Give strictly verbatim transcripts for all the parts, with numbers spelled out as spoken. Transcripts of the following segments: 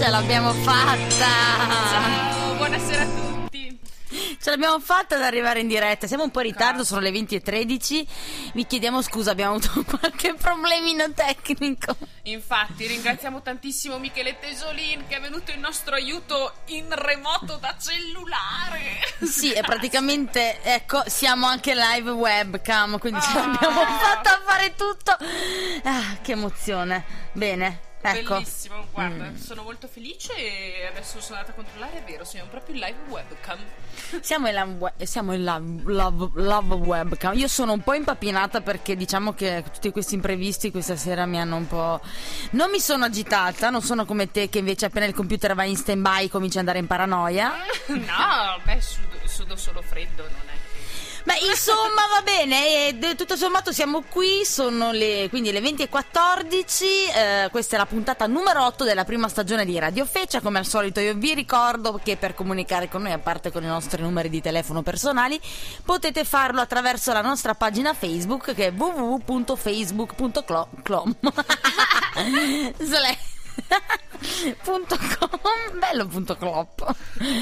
Ce l'abbiamo fatta! Ciao, buonasera a tutti. Ce l'abbiamo fatta ad arrivare in diretta. Siamo un po' in ritardo, sono le venti e tredici. Vi chiediamo scusa, abbiamo avuto qualche problemino tecnico. Infatti ringraziamo tantissimo Michele Tesolin che è venuto in nostro aiuto in remoto da cellulare. Sì, e praticamente, ecco, siamo anche live webcam, quindi ce Ah. l'abbiamo fatta a fare tutto. Ah, che emozione. Bene. Ecco. Bellissimo, guarda, Mm. sono molto felice e adesso sono andata a controllare, è vero, siamo proprio in live webcam. Siamo in, la, siamo in la, love, love webcam. Io sono un po' impappinata perché diciamo che tutti questi imprevisti questa sera mi hanno un po'... Non mi sono agitata, non sono come te che invece appena il computer va in stand by comincia ad andare in paranoia. No, beh, sudo, sudo solo freddo, non è che... Ma insomma va bene, e tutto sommato siamo qui, sono le, quindi le venti e quattordici, eh, questa è la puntata numero otto della prima stagione di Radio Feccia. Come al solito io vi ricordo che per comunicare con noi, a parte con i nostri numeri di telefono personali, potete farlo attraverso la nostra pagina Facebook che è w w w punto facebook punto com punto com bello punto clop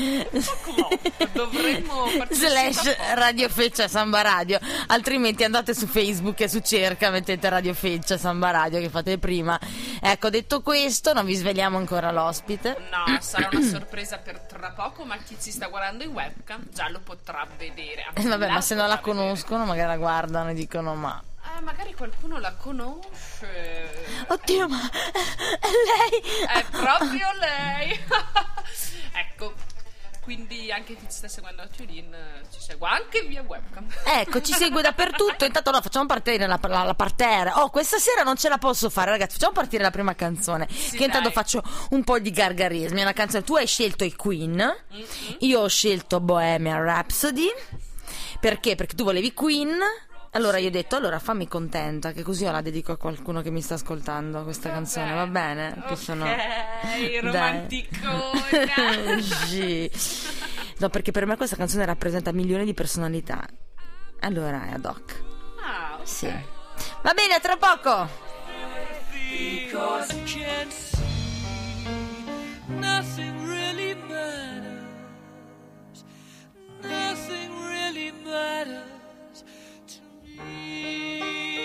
dovremmo slash Radio Feccia Samba Radio, altrimenti andate su Facebook e su cerca mettete Radio Feccia Samba Radio che fate prima. Ecco, detto questo, non vi svegliamo ancora l'ospite. No, sarà una sorpresa per tra poco, ma chi ci sta guardando in webcam già lo potrà vedere. Eh, vabbè, ma se non la potrà vedere. conoscono magari la guardano e dicono ma Ah, magari qualcuno la conosce. oddio, ma è lei, È proprio lei. Ecco, quindi anche chi ci sta seguendo a TuneIn ci segua anche via webcam. ecco, ci segue dappertutto. Intanto no, facciamo partire la, la, la parterre. Oh, questa sera non ce la posso fare, ragazzi. Facciamo partire la prima canzone. Sì, che intanto dai. faccio un po' di gargarismi. È una canzone. Tu hai scelto i Queen. Io ho scelto Bohemian Rhapsody. Perché? Perché tu volevi Queen. Allora io ho detto, allora fammi contenta, che così io la dedico a qualcuno che mi sta ascoltando questa canzone, va bene? Che Ok, sono... romanticona. Sì. No, perché per me questa canzone rappresenta milioni di personalità. Allora è ad hoc. Ah, ok. Sì. Va bene, a tra poco. Because you can't see nothing really matters. Nothing really matters to me.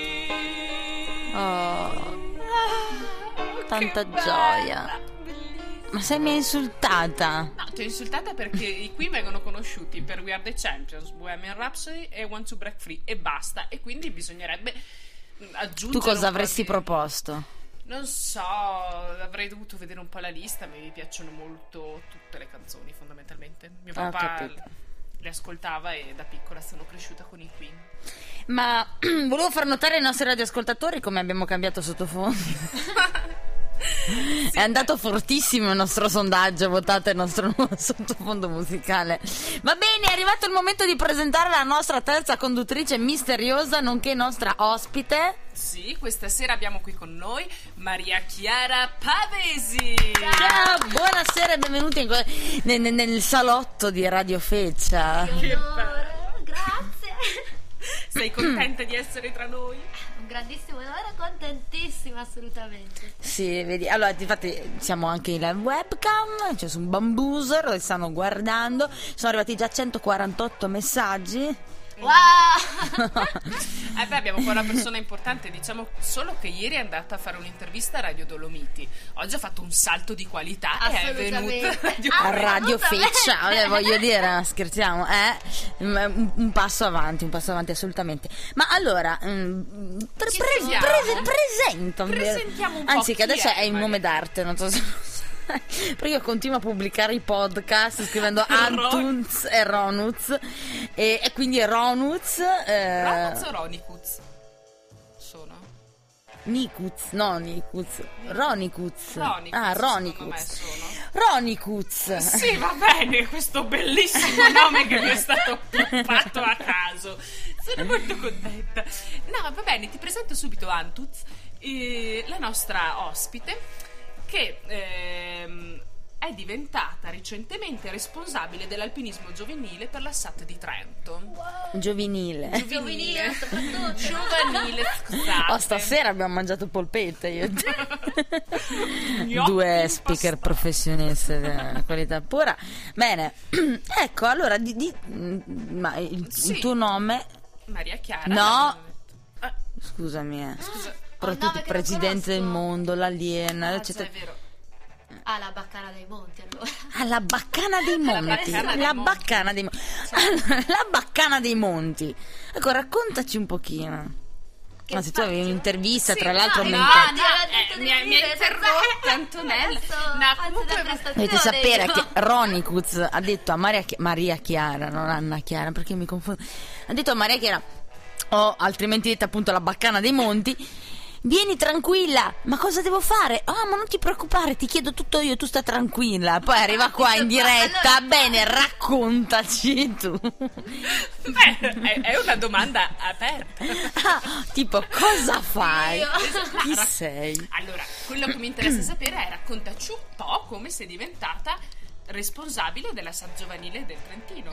Oh, tanta Che bella, gioia. bellissima. Ma sei mi hai insultata? No, ti ho insultata perché i qui vengono conosciuti per We Are The Champions, Bohemian Rhapsody e Want to Break Free e basta, e quindi bisognerebbe aggiungere Tu cosa un po' avresti di- proposto? Non so, avrei dovuto vedere un po' la lista, mi piacciono molto tutte le canzoni fondamentalmente. Mio Ho papà capito. le ascoltava e da piccola sono cresciuta con i Queen. Ma volevo far notare ai nostri radioascoltatori come abbiamo cambiato sottofondo. È andato fortissimo il nostro sondaggio, votate il nostro nuovo sottofondo musicale. Va bene, è arrivato il momento di presentare la nostra terza conduttrice misteriosa, nonché nostra ospite. Sì, questa sera abbiamo qui con noi Maria Chiara Pavesi. Ciao, buonasera e benvenuti in que- nel, nel- nel salotto di Radio Feccia. Che Onore, grazie. Sei contenta di essere tra noi? Un grandissimo onore, contentissima assolutamente. Sì, vedi, allora infatti siamo anche in live webcam, c'è su un Bambuser, dove stanno guardando, sono arrivati già centoquarantotto messaggi. Wow! Eh beh, abbiamo qua una persona importante, diciamo solo che ieri è andata a fare un'intervista a Radio Dolomiti. Oggi ha fatto un salto di qualità e è venuta a Radio A Ah, Radio assolutamente. Feccia, eh, voglio dire, scherziamo, eh? un, un passo avanti, un passo avanti assolutamente. Ma allora, mm, pre- Ci pre- siamo? pre- presento, Presentiamo un po' anzi che chi adesso è, è il nome magari. d'arte, non so se lo sai. Perché io continuo a pubblicare i podcast scrivendo Ron- Antunes e Ronuz e, e quindi Ronuz eh, Ronuz o Ronikuz? Sono? Nikuz, no Nikuz, Ronikuz. Ronikuz, Ah, secondo me Ronikuz. sono. Ronikuz. Sì, va bene, questo bellissimo nome che mi è stato fatto a caso. Sono molto contenta. No, va bene, ti presento subito Antuz, eh, la nostra ospite, che ehm, è diventata recentemente responsabile dell'alpinismo giovanile per la S A T di Trento. Giovinile. Giovanile, soprattutto. Giovanile, scusate. Oh, stasera abbiamo mangiato polpette io e te. Gnocchi Due in speaker pasta. professioniste della qualità pura. Bene, ecco, allora di, di- ma il, Sì. il tuo nome, Maria Chiara. No. Ah, scusami, eh. scusa. Però un tu nome che non presidente del conosco. mondo, l'aliena, Ah, eccetera. già, è vero. Ah, la baccana dei monti, allora. Ah, la baccana dei monti. baccana dei La monti. baccana dei monti. Allora, la baccana dei monti. Ecco, raccontaci un pochino. Che Ma se tu avevi faccio? un'intervista, Sì, tra l'altro, no, mi no, inca- Ti aveva detto eh, di mi ha- mi ha venire, interrotta senza- Antonella. Adesso No, faccio comunque- la prestazione, Dovete sapere io. che Ronicuz ha detto a Maria, Chi- Maria Chiara, non Anna Chiara, perché mi confondo. Ha detto a Maria Chiara, o altrimenti detta appunto la baccana dei monti, vieni tranquilla, ma cosa devo fare? Ah, ma non ti preoccupare, ti chiedo tutto io, tu sta tranquilla. Poi arriva qua in diretta, Allora- bene, raccontaci tu. Beh, è, è una domanda aperta. Ah, tipo, cosa fai? Io. Chi sei? Allora, quello che mi interessa sapere è raccontaci un po' come sei diventata responsabile della S A T giovanile del Trentino.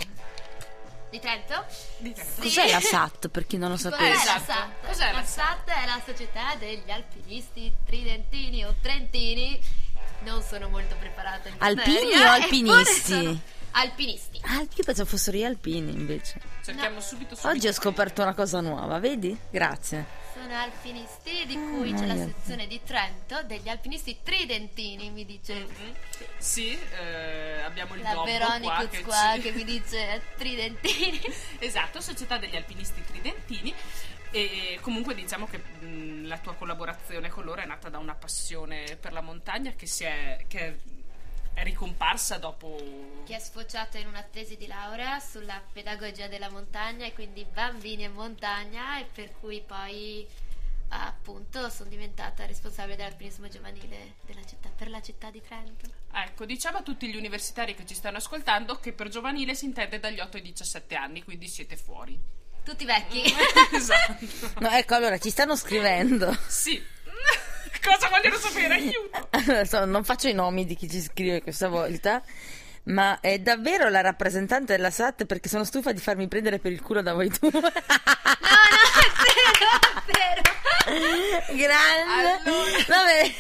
Di Trento? Di Trento. Sì. Cos'è la S A T, per chi non lo Cos'è sapesse? la Esatto. S A T? Cos'è la la S S A T è la società degli alpinisti tridentini o trentini. Non sono molto preparata in Alpini materia, o eppure alpinisti? sono Alpinisti. Ah, io pensavo fossero gli alpini invece. Cerchiamo subito subito. Oggi ho scoperto una cosa nuova, vedi? Grazie. Sono alpinisti di cui Ah, c'è la io- sezione di Trento degli alpinisti tridentini, mi dice Mhm. Sì, eh, abbiamo il la gobbo Veronica qua che, qua ci- che mi dice tridentini. Esatto, Società degli Alpinisti Tridentini. E comunque diciamo che mh, la tua collaborazione con loro è nata da una passione per la montagna che si è, che è, è ricomparsa dopo. Che è sfociata in una tesi di laurea sulla pedagogia della montagna e quindi bambini e montagna, e per cui poi appunto sono diventata responsabile dell'alpinismo giovanile della città, per la città di Trento. Ecco, diciamo a tutti gli universitari che ci stanno ascoltando che per giovanile si intende dagli otto ai diciassette anni, quindi siete fuori. Tutti vecchi. Esatto. No, ecco, allora ci stanno scrivendo. Sì. Cosa vogliono sapere? Aiuto. Adesso non faccio i nomi di chi ci scrive questa volta, ma è davvero la rappresentante della S A T, perché sono stufa di farmi prendere per il culo da voi due. No, no, è vero, è vero. Grande. Allora. Vabbè.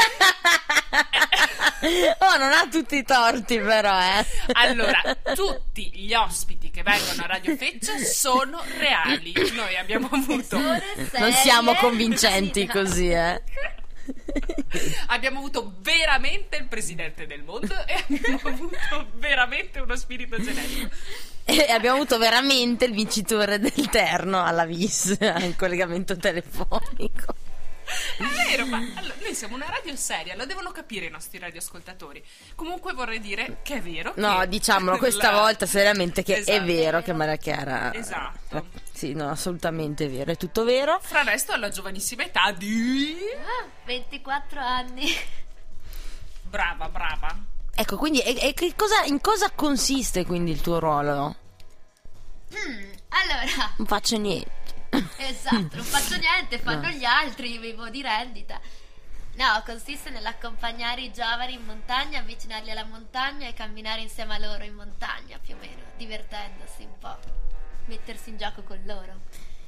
Oh, non ha tutti i torti però, eh. Allora, tutti gli ospiti che vengono a Radio Feccia sono reali. Noi abbiamo avuto Non Serie siamo convincenti vicina. così, eh. abbiamo avuto veramente il presidente del mondo e abbiamo avuto veramente uno spirito genetico. E abbiamo avuto veramente il vincitore del terno alla V I S in collegamento telefonico. È vero, ma allora, noi siamo una radio seria, lo devono capire i nostri radioascoltatori. Comunque vorrei dire che è vero. No, che diciamolo questa la- volta seriamente che è Esatto. vero che Maria Chiara. Esatto. Sì, no, assolutamente vero, è tutto vero. Fra il resto alla giovanissima età di... Ah, ventiquattro anni. Brava, brava. Ecco, quindi e, e che cosa, in cosa consiste quindi il tuo ruolo? Mm, allora, Non faccio niente. esatto, non faccio niente, fanno No. gli altri, vivo di rendita. No, consiste nell'accompagnare i giovani in montagna, avvicinarli alla montagna e camminare insieme a loro in montagna, più o meno, divertendosi un po', mettersi in gioco con loro.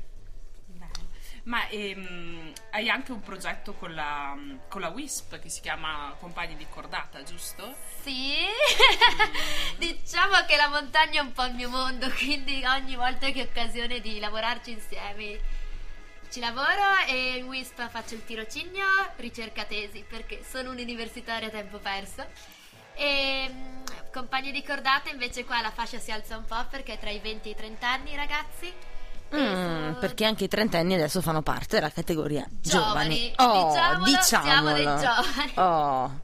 Ma ehm, hai anche un progetto con la, con la W I S P che si chiama Compagni di Cordata, giusto? Sì, diciamo che la montagna è un po' il mio mondo, quindi ogni volta che ho occasione di lavorarci insieme ci lavoro, e in W I S P faccio il tirocinio, ricerca tesi, perché sono un'universitaria a tempo perso. E mm, compagni di cordata invece qua la fascia si alza un po' perché è tra i venti e i trenta anni, ragazzi. E Mm, sono perché anche i trentenni adesso fanno parte della categoria giovani. Giovani, Oh, diciamolo, siamo dei diciamolo. giovani. Oh.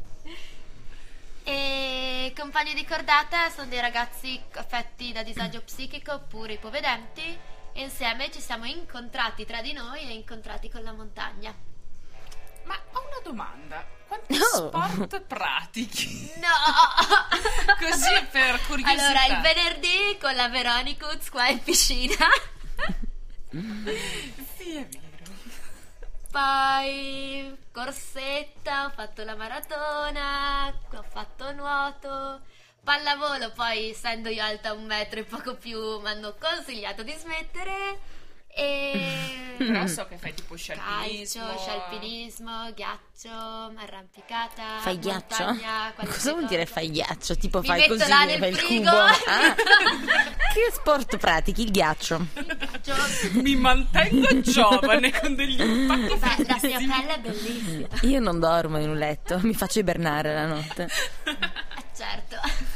E compagni di cordata sono dei ragazzi affetti da disagio psichico oppure ipovedenti, e insieme ci siamo incontrati tra di noi e incontrati con la montagna. Ma ho una domanda. Quanti No. sport pratichi? No! Così per curiosità. Allora, il venerdì con la Veronicuz qua in piscina. Sì, è vero. poi corsetta, ho fatto la maratona, ho fatto nuoto, pallavolo, poi essendo io alta un metro e poco più mi hanno consigliato di smettere. E Però so che fai tipo calcio, scialpinismo. scialpinismo, ghiaccio, arrampicata, Fai ghiaccio? montagna, qualsiasi Cosa vuol dire cosa. fai ghiaccio? Tipo Mi fai metto così, là nel fai il frigo. cubo? Ah. Che sport pratichi? Il ghiaccio. Ghiaccio. Mi mantengo giovane con degli impatti Beh, la mia fortissimi. pelle è bellissima. Io non dormo in un letto, mi faccio ibernare la notte. Eh, certo.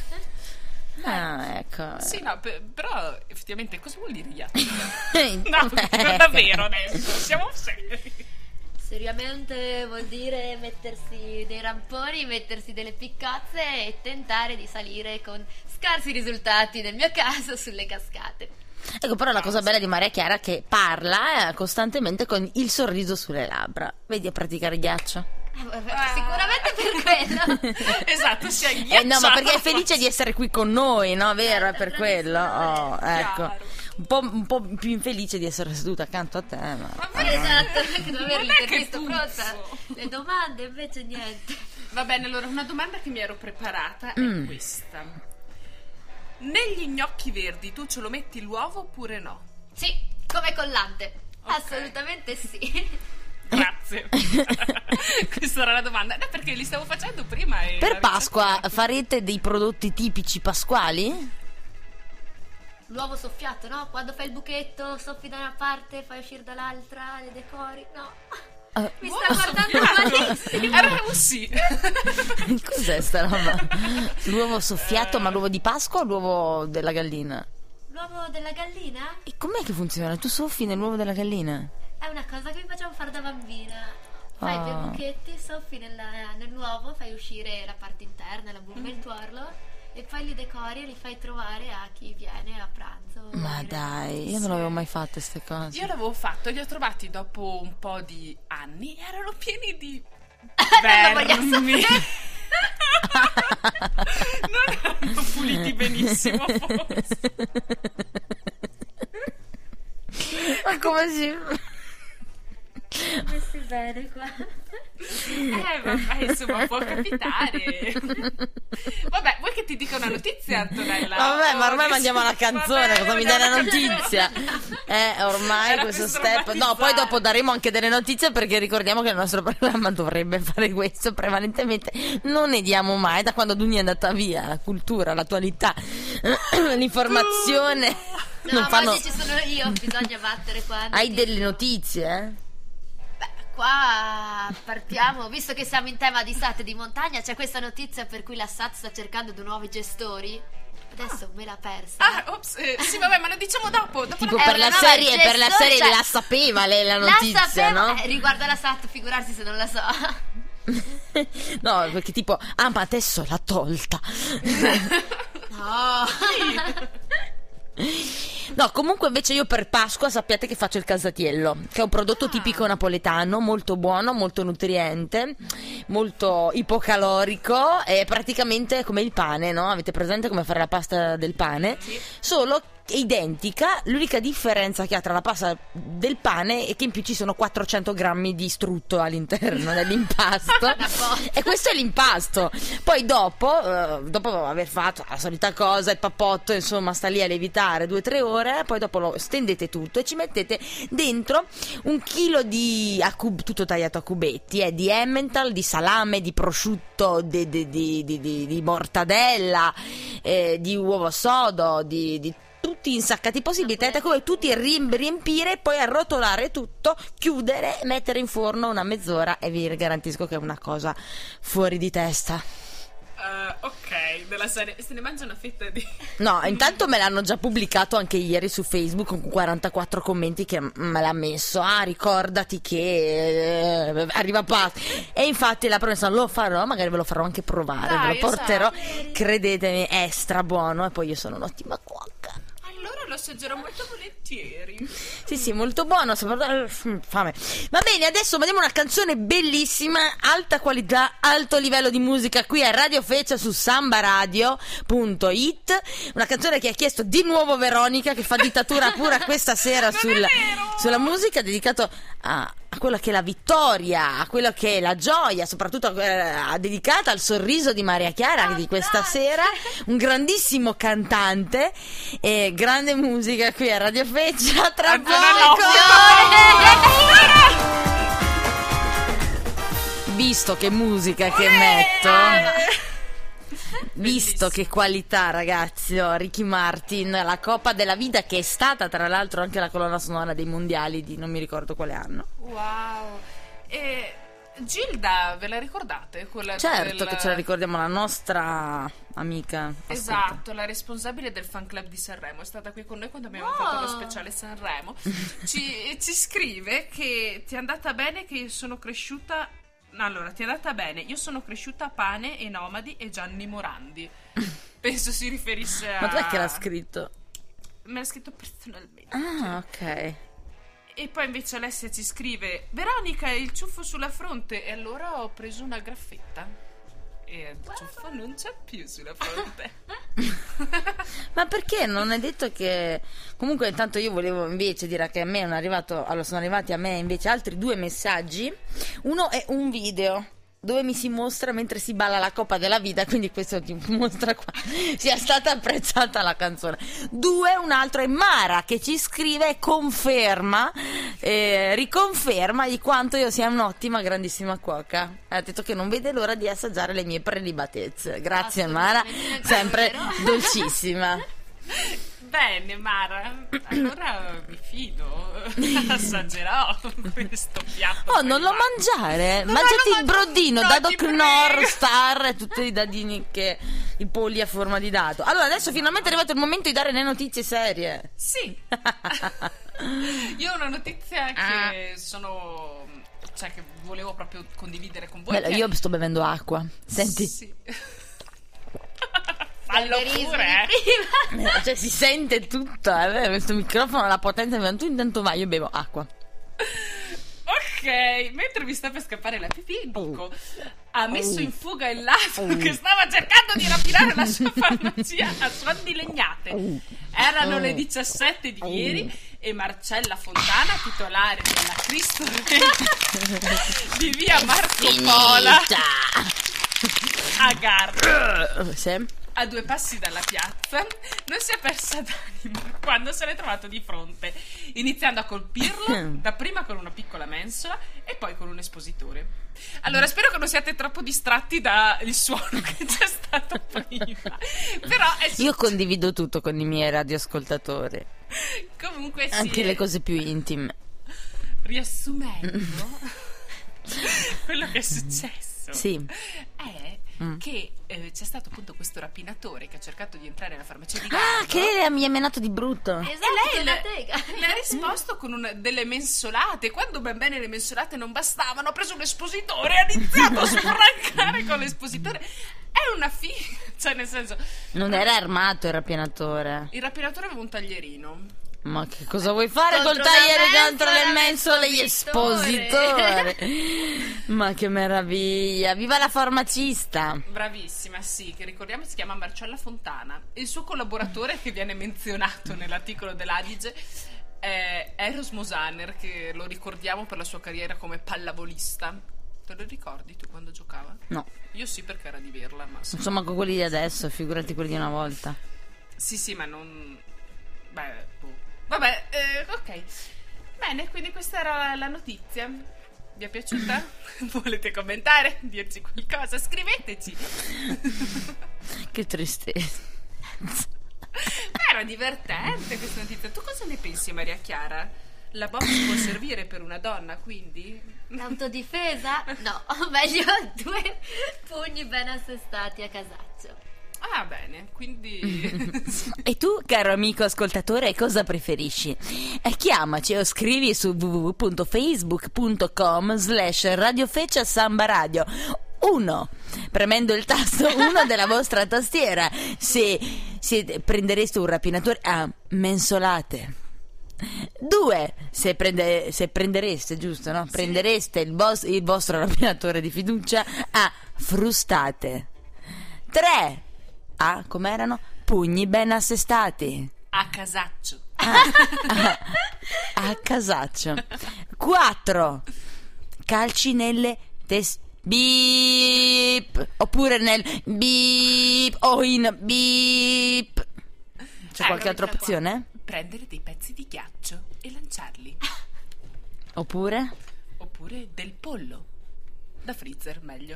Ah, ecco. Sì, no, pe- però effettivamente cosa vuol dire ghiaccio? Eh, No, davvero adesso, siamo seri. Seriamente vuol dire mettersi dei ramponi, mettersi delle piccozze e tentare di salire con scarsi risultati, nel mio caso, sulle cascate. Ecco, però la cosa bella di Maria Chiara è che parla eh, costantemente con il sorriso sulle labbra. Vedi a praticare ghiaccio? Eh, vabbè, sicuramente per quello. Esatto, si è Eh ghiacciato. no, ma perché è felice di essere qui con noi, no? Vero? È per Certo, quello. Oh, tradizione. ecco. Chiaro. Un po', un po' più infelice di essere seduta accanto a te, ma... Esatto, perché devo avere Non è che l'intervista puzzo. pronta. Le domande invece niente. Va bene, allora una domanda che mi ero preparata è Mm. questa. Negli gnocchi verdi tu ce lo metti l'uovo oppure no? Sì, come collante. Ok. Assolutamente sì. Grazie. Questa era la domanda. No, perché li stavo facendo prima e Per la Pasqua ricetta- farete dei prodotti tipici pasquali? L'uovo soffiato, no? Quando fai il buchetto, soffi da una parte, fai uscire dall'altra, le decori. No. Eh, Mi sta guardando malissimo. Era un sì. Cos'è sta roba? L'uovo soffiato, ma l'uovo di Pasqua o l'uovo della gallina? L'uovo della gallina E com'è che funziona? Tu soffi nell'uovo della gallina? è una cosa che mi facevano fare da bambina. Fai Ah. due buchetti, soffi nella- nell'uovo, fai uscire la parte interna, la burba, il tuorlo, e poi li decori e li fai trovare a chi viene a pranzo. Ma Ai dai, io non avevo mai fatto queste cose. Io l'avevo fatto, li ho trovati dopo un po' di anni, erano pieni di Non lo voglio vermi. Non erano puliti benissimo, forse. Ma come si... messi bene qua. Eh, vabbè, insomma, può capitare. Vabbè, vuoi che ti dica una notizia, Antonella? Vabbè, ma Oh, ormai che- mandiamo alla canzone, Vabbè, cosa mi dai la mandiamo alla notizia? Eh, ormai Era questo per step... No, sdrammatizzare. poi dopo daremo anche delle notizie perché ricordiamo che il nostro programma dovrebbe fare questo prevalentemente. Non ne diamo mai, da quando Dunia è andata via, la cultura, l'attualità, l'informazione... No, non ma fanno... oggi ci sono io, bisogna battere qua. Hai delle notizie, eh? Beh, qua partiamo, visto che siamo in tema di S A T e di montagna, c'è questa notizia per cui la S A T sta cercando dei nuovi gestori. Adesso me l'ha persa. Ah, ops, eh, sì, vabbè, ma lo diciamo dopo. dopo Tipo la- È per una la, nuova serie, per la gestore, serie cioè- la sapeva lei la La notizia, sapevo, no? eh, riguardo alla S A T, figurarsi se non la so. No, perché tipo, ah ma adesso l'ha tolta. No. No, comunque invece io per Pasqua sappiate che faccio il casatiello, che è un prodotto tipico napoletano, molto buono, molto nutriente, molto ipocalorico, è praticamente come il pane, no? Avete presente come fare la pasta del pane? Solo è identica, l'unica differenza che ha tra la pasta del pane è che in più ci sono quattrocento grammi di strutto all'interno dell'impasto e questo è l'impasto. Poi dopo, eh, dopo aver fatto la solita cosa, il pappotto insomma sta lì a lievitare due o tre ore, poi dopo lo stendete tutto e ci mettete dentro un chilo di a cub- tutto tagliato a cubetti, eh, di Emmental, di salame, di prosciutto, di, di, di, di, di- di mortadella, eh, di uovo sodo, di, di tutti insaccati possibili, tenete come tutti riemp- riempire, poi arrotolare tutto, chiudere, mettere in forno una mezz'ora e vi garantisco che è una cosa fuori di testa. Eh, ok, della serie. Se ne mangia una fetta di... No, intanto me l'hanno già pubblicato anche ieri su Facebook con quarantaquattro commenti che me l'ha messo. Ah, ricordati che eh, arriva pazzo. E infatti la promessa lo farò, magari ve lo farò anche provare, Dai, ve lo porterò. esatto. Credetemi, è strabuono e poi io sono un'ottima cuoca. Allora lo assaggerò molto volentieri. Sì, sì, molto buono, soprattutto mm, fame. Va bene, adesso mandiamo una canzone bellissima, alta qualità, alto livello di musica qui a Radio Feccia su samba radio punto it. Una canzone che ha chiesto di nuovo Veronica, che fa dittatura pura questa sera Non è sul- vero! sulla musica, dedicato a, a quella che è la vittoria, a quella che è la gioia, soprattutto eh, dedicata al sorriso di Maria Chiara Oh, di questa grazie. sera, un grandissimo cantante e grande musica qui a Radio Feccia. Tra Antonella poco, Otto. visto che musica che metto, visto che qualità, ragazzi, oh, Ricky Martin, la Coppa della Vita, che è stata tra l'altro anche la colonna sonora dei mondiali di non mi ricordo quale anno. Wow. E Gilda, ve la ricordate? Quella Certo del- che ce la ricordiamo, la nostra amica. Esatto, la responsabile del fan club di Sanremo è stata qui con noi quando abbiamo Wow. fatto lo speciale Sanremo. Ci, ci scrive che ti è andata bene, che io sono cresciuta. Allora, ti è andata bene, io sono cresciuta a Pane e Nomadi e Gianni Morandi. Penso si riferisse a. Ma dov'è che l'ha scritto? Me l'ha scritto personalmente. Ah, ok. E poi invece Alessia ci scrive: Veronica, il ciuffo sulla fronte. E allora ho preso una graffetta. E il ciuffo non c'è più sulla fronte. Ma perché non è detto che comunque intanto io volevo invece dire che a me è arrivato, allora sono arrivati a me invece altri due messaggi. Uno è un video dove mi si mostra mentre si balla la Coppa della Vita, quindi questo ti mostra qua sia stata apprezzata la canzone. Due, un altro è Mara che ci scrive e conferma, eh, riconferma di quanto io sia un'ottima, grandissima cuoca. Ha detto che non vede l'ora di assaggiare le mie prelibatezze. Grazie Mara, Assolutamente, sempre vero. dolcissima. Bene, Mara, allora mi fido. Assaggerò questo piatto. Oh, non lo prelibato. mangiare, Non mangiati lo il mangio- brodino, no, dado ti Knorr, prego. Star e tutti i dadini che i polli a forma di dado. Allora, adesso finalmente è arrivato il momento di dare le notizie serie. Sì. Io ho una notizia che sono. Cioè, che volevo proprio condividere con voi. Bella, che- io sto bevendo acqua. Senti, Sì. Fallo Verismi pure, eh. prima. cioè si sente tutto, eh? Questo microfono, la potenza, tu intanto vai, io bevo acqua. Ok, mentre mi sta per scappare la pipì, Nico ha messo Oh. in fuga il ladro che stava cercando di rapinare la sua farmacia a suon di legnate. Erano le diciassette di ieri e Marcella Fontana, titolare della Cristo Re di via Marco Pola a Garda, Sì. a due passi dalla piazza, non si è persa d'animo quando se l'è trovato di fronte, iniziando a colpirlo dapprima con una piccola mensola e poi con un espositore. Allora, spero che non siate troppo distratti dal suono che c'è stato prima. Però è Io condivido tutto con i miei radioascoltatori, comunque sì, anche le cose più intime. riassumendo quello che è successo Sì. è Mm. che eh, c'è stato appunto questo rapinatore che ha cercato di entrare nella farmacia di Ah, Garda. che lei mi ha menato di brutto. Esatto, E lei la le, tega. le ha risposto con una- delle mensolate. Quando ben bene le mensolate non bastavano, ha preso un espositore e ha iniziato a sprancare con l'espositore. È una figa, cioè nel senso, Non era armato il rapinatore. il rapinatore aveva un taglierino. Ma che cosa vuoi fare Contro col tagliere una contro le mensola, mensole gli espositore. espositori? Ma che meraviglia! Viva la farmacista! Bravissima, sì, che ricordiamo si chiama Marcella Fontana. Il suo collaboratore che viene menzionato nell'articolo dell'Adige è Eros Mosaner, che lo ricordiamo per la sua carriera come pallavolista. Te lo ricordi tu quando giocava? No, Io sì, perché era di Verla, ma sì. insomma con quelli di adesso, figurati quelli di una volta. Sì, sì, ma non. Beh, boh. Vabbè, eh, ok. Bene, quindi questa era la, la notizia. Vi è piaciuta? Volete commentare? Dirci qualcosa? Scriveteci. Che tristezza. Era divertente questa notizia. Tu cosa ne pensi, Maria Chiara? La box può servire per una donna, quindi? L'autodifesa? No, o meglio due pugni ben assestati a casaccio. Ah, bene, quindi. E tu, caro amico ascoltatore, cosa preferisci? Eh, chiamaci o scrivi su w w w punto facebook punto com slash radiofeccia samba radio uno, premendo il tasto uno della vostra tastiera, se, se prendereste un rapinatore a mensolate. Due, se, prende, se prendereste, giusto, no? Prendereste il, vos- il vostro rapinatore di fiducia a frustate. Tre, ah, com'erano? Pugni ben assestati. A casaccio. a, a casaccio. Quattro calci nelle teste. Beep, oppure nel beep o in beep. C'è Eh, qualche altra novità qua. opzione? Prendere dei pezzi di ghiaccio e lanciarli. Oppure? Oppure del pollo. Da freezer, meglio.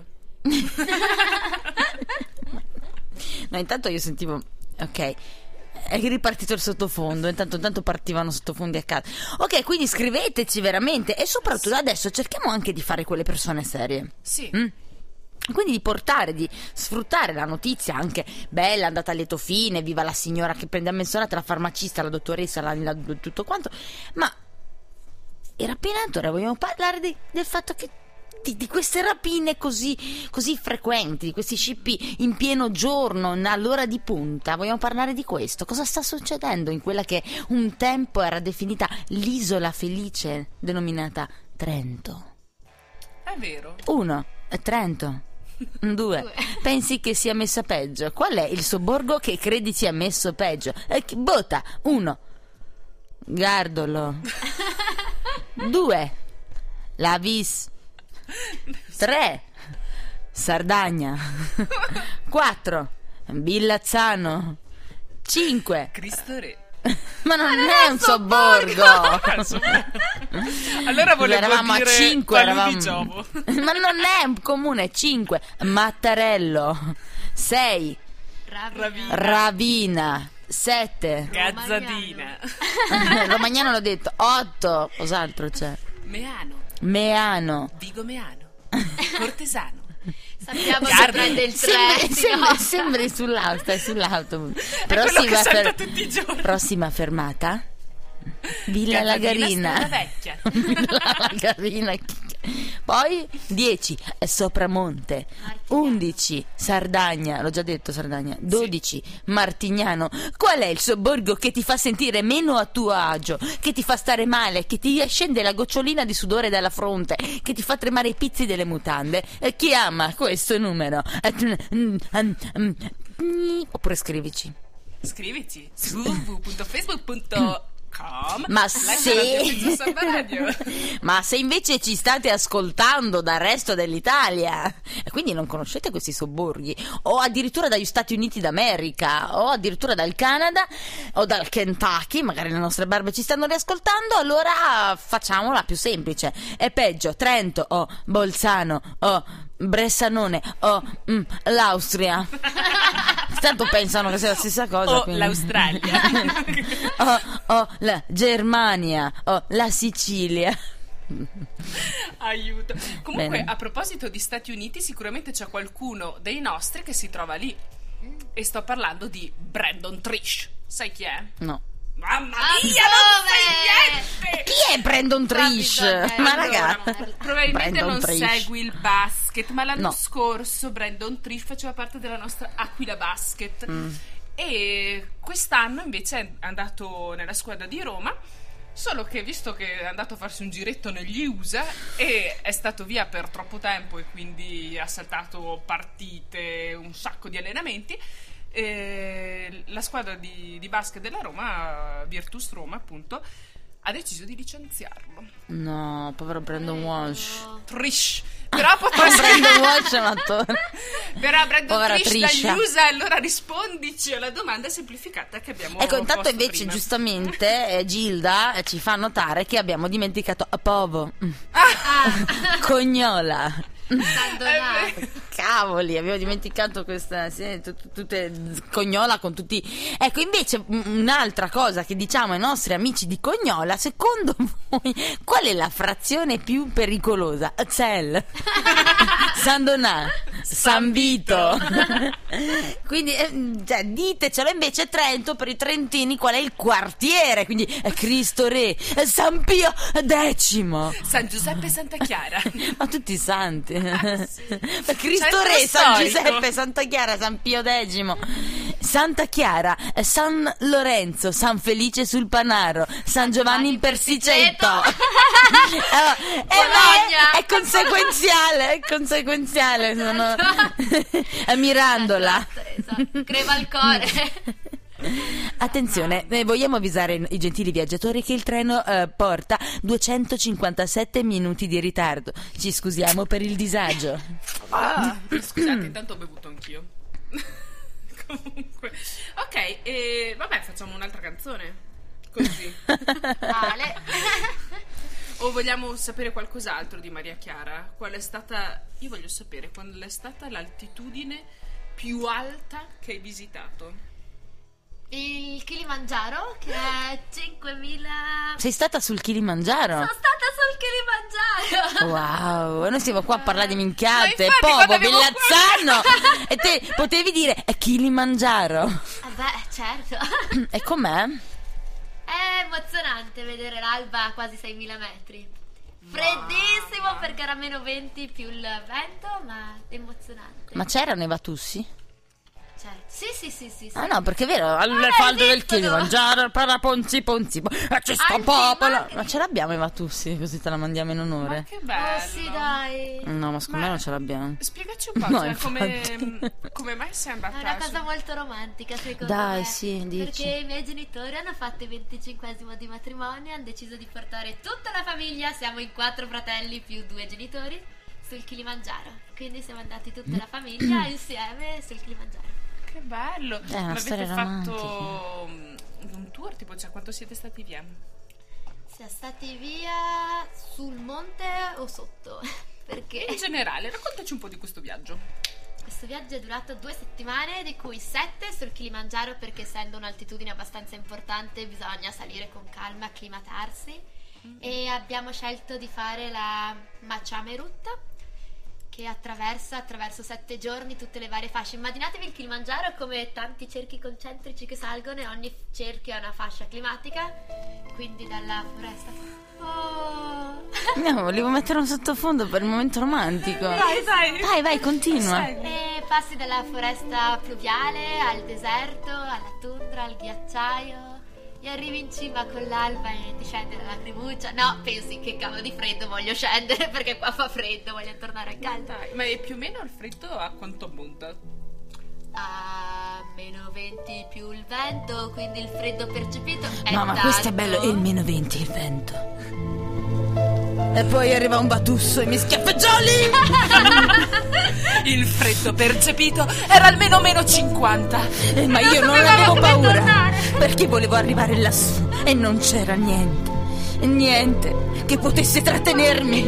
No, intanto io sentivo. Ok. È ripartito il sottofondo. Intanto, intanto partivano sottofondi a casa. Ok, quindi scriveteci veramente. E soprattutto adesso cerchiamo anche di fare quelle persone serie. Sì. Mm? Quindi di portare, di sfruttare la notizia anche bella, andata a lieto fine, viva la signora che prende a menzionata, la farmacista, la dottoressa, la, la- tutto quanto. Ma il rapinatore, vogliamo parlare di- del fatto che di, di queste rapine così, così frequenti, di questi scippi in pieno giorno, all'ora di punta. Vogliamo parlare di questo? Cosa sta succedendo in quella che un tempo era definita l'isola felice, denominata Trento? È vero. Uno, è Trento. Due, Due. pensi che sia messa peggio? Qual è il sobborgo che credi sia messo peggio? Eh, chi- Bota. Uno, Gardolo. Due, La Vis. Tre, Sardagna. Quattro, Billazzano. Cinque, Cristo Re. ma non è un sobborgo. Allora volevo eravamo dire a cinque, Paludi eravamo... Giovo. ma non è un comune. Cinque, Mattarello. Sei, Ravina. Ravina. Sette, Gazzadina. Romagnano l'ho detto. Otto, cos'altro c'è? Meano. Meano. Vigo Meano. Cortesano. Sappiamo che Guarda, prende il Sembri, treno. sembri, sembri sull'auto, stai sull'autobus. quello che sento tutti i giorni. Prossima fermata Villa Gazzadina, Lagarina. Strada Vecchia. Villa Lagarina. Poi dieci Sopramonte. Undici Sardagna, l'ho già detto Sardagna. Dodici Martignano. Qual è il sobborgo che ti fa sentire meno a tuo agio, che ti fa stare male, che ti scende la gocciolina di sudore dalla fronte, che ti fa tremare i pizzi delle mutande? E chi ama questo numero? Oppure scrivici. Scrivici su w w w punto facebook punto com. Ma slash se... Radio Fizzo Salva Radio. Ma se invece ci state ascoltando dal resto dell'Italia e quindi non conoscete questi sobborghi, o addirittura dagli Stati Uniti d'America, o addirittura dal Canada o dal Kentucky, magari le nostre barbe ci stanno riascoltando, allora facciamola più semplice. È peggio Trento o Bolzano o Bressanone o mm, l'Austria. Tanto pensano che sia la stessa cosa. O quindi. l'Australia. o, o la Germania o la Sicilia. Aiuto. Comunque, Bene. a proposito di Stati Uniti, sicuramente c'è qualcuno dei nostri che si trova lì. E sto parlando di Brandon Trish. Sai chi è? No. Mamma Ah, mia, dove? non sai niente! Chi è Brandon Trish? Capito, Ma Brandon. ragazzi, Probabilmente Brandon non Trish. segui il basket, ma l'anno No. scorso Brandon Trish faceva parte della nostra Aquila Basket. Mm. E quest'anno invece è andato nella squadra di Roma. Solo che visto che è andato a farsi un giretto negli U S A e è stato via per troppo tempo e quindi ha saltato partite, un sacco di allenamenti, eh, la squadra di, di basket della Roma, Virtus Roma appunto, ha deciso di licenziarlo. No, povero Brandon Walsh. Trish. Però Ma potresti... Brandon Walsh è un attore. Però Brandon Povera Trish Trisha. dagli U S A, allora rispondici alla domanda semplificata che abbiamo Ecco, intanto posto invece prima. giustamente eh, Gilda eh, ci fa notare che abbiamo dimenticato a Povo. Ah, Cognola. San Donato. Eh, Cavoli, avevo dimenticato questa sì, tut- tutte Cognola con tutti. Ecco, invece m- un'altra cosa che diciamo ai nostri amici di Cognola, secondo voi qual è la frazione più pericolosa? Cel, San Donà, San Vito. Quindi eh, cioè, ditecelo. Invece Trento, per i trentini, qual è il quartiere? Quindi eh, Cristo Re, eh, San Pio Decimo. San Giuseppe e Santa Chiara. Ma tutti i santi. sì. Cristo Centro Re, San storico. Giuseppe, Santa Chiara, San Pio Decimo, Santa Chiara, eh, San Lorenzo, San Felice sul Panaro, San Giovanni in Persiceto. Eh, eh, Bologna. ma è, è conseguenziale, è conseguenziale. Sono... è Mirandola. Esatto, esatto. Crevalcore. Attenzione, eh, vogliamo avvisare i gentili viaggiatori che il treno eh, porta duecentocinquantasette minuti di ritardo. Ci scusiamo per il disagio. Ah, scusate, intanto ho bevuto anch'io. Comunque, ok, e vabbè, facciamo un'altra canzone. Così. Vale. O vogliamo sapere qualcos'altro di Maria Chiara? Qual è stata... Io voglio sapere qual è stata l'altitudine più alta che hai visitato. Il Kilimangiaro, che è cinquemila... Sei stata sul Kilimangiaro? Sono stata sul Kilimangiaro! Wow, noi siamo qua a parlare di minchiate, Ma infatti, quando Povo, avevo Bellazzano. E te potevi dire è Kilimangiaro. Eh beh, certo. E com'è? È emozionante vedere l'alba a quasi seimila metri. Freddissimo perché era meno venti più il vento, ma emozionante. Ma c'erano i Vatussi? Certo. Sì, sì, sì, sì, sì. Ah no, perché è vero, alle Ah, falde del esistono. Kilimangiaro, para ponzi ponzi, e ci sta Anzi, popolo. ma- Ma ce l'abbiamo i Vatussi, così te la mandiamo in Ma onore. che bello. Oh sì, dai. No, ma secondo me Ma- non ce l'abbiamo. Spiegaci un po', No, cioè, come, infatti. come mai sei È andata una su- cosa molto romantica, secondo Dai, me. sì, dici. Perché i miei genitori hanno fatto il venticinquesimo di matrimonio, hanno deciso di portare tutta la famiglia, siamo in quattro fratelli più due genitori, sul Kilimangiaro. Quindi siamo andati tutta la famiglia insieme sul Kilimangiaro. Che bello. È una Ma avete storia fatto mm, un tour, tipo, cioè quanto siete stati via? Siamo stati via sul monte o sotto? Perché In generale, raccontaci un po' di questo viaggio. questo viaggio è durato due settimane, di cui sette sul Kilimangiaro, perché essendo un'altitudine abbastanza importante bisogna salire con calma, acclimatarsi. E abbiamo scelto di fare la Machame Route, che attraversa attraverso sette giorni tutte le varie fasce. Immaginatevi il Kilimangiaro come tanti cerchi concentrici che salgono e ogni cerchio ha una fascia climatica, quindi dalla foresta. Oh. No, volevo mettere un sottofondo per il momento romantico. Dai, dai. Vai, vai, continua. E passi dalla foresta pluviale al deserto, alla tundra, al ghiacciaio, e arrivi in cima con l'alba e ti scende la lacrimuccia. No, pensi che cavolo di freddo, voglio scendere perché qua fa freddo, voglio tornare al caldo. Dai, ma è più o meno il freddo a quanto ammonta? A meno venti più il vento, quindi il freddo percepito è No, ma tanto. questo è bello, è il meno venti il vento. E poi arriva un Batusso e mi schiaffeggiò lì. Il freddo percepito era almeno meno cinquanta. Eh, ma io non sapevamo avevo come paura, tornare. perché volevo arrivare lassù e non c'era niente, niente che potesse trattenermi.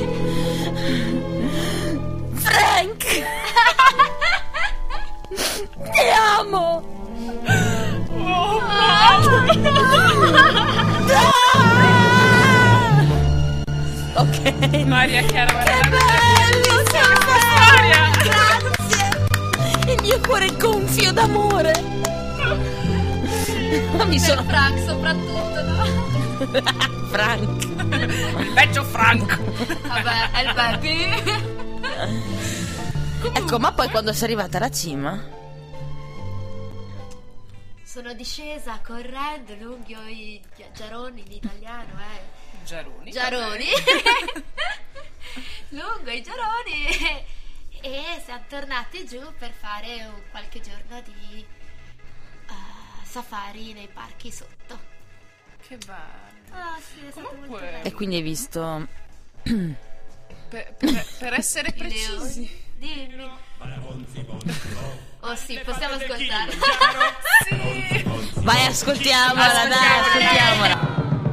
Frank! Ti amo! Ah! Ok. Maria Chiara, Che guarda, bellissima storia. Grazie! Il mio cuore è gonfio d'amore. Mi Per sono Frank soprattutto, no? Frank. il vecchio Frank. Vabbè, è il baby. Ecco, ma poi quando sei arrivata alla cima, Sono discesa correndo lungo i giaroni in italiano, eh. Giaroni. Giaroni. Lungo i giaroni. E, e siamo tornati giù per fare un qualche giorno di uh, safari nei parchi sotto. Che bello. Ah sì, è stato molto Comunque- bello. e quindi hai visto Per, per- per essere I leoni. precisi. Dimmi. Oh sì, possiamo ascoltare. Sì. vai, ascoltiamola, dai, ascoltiamola.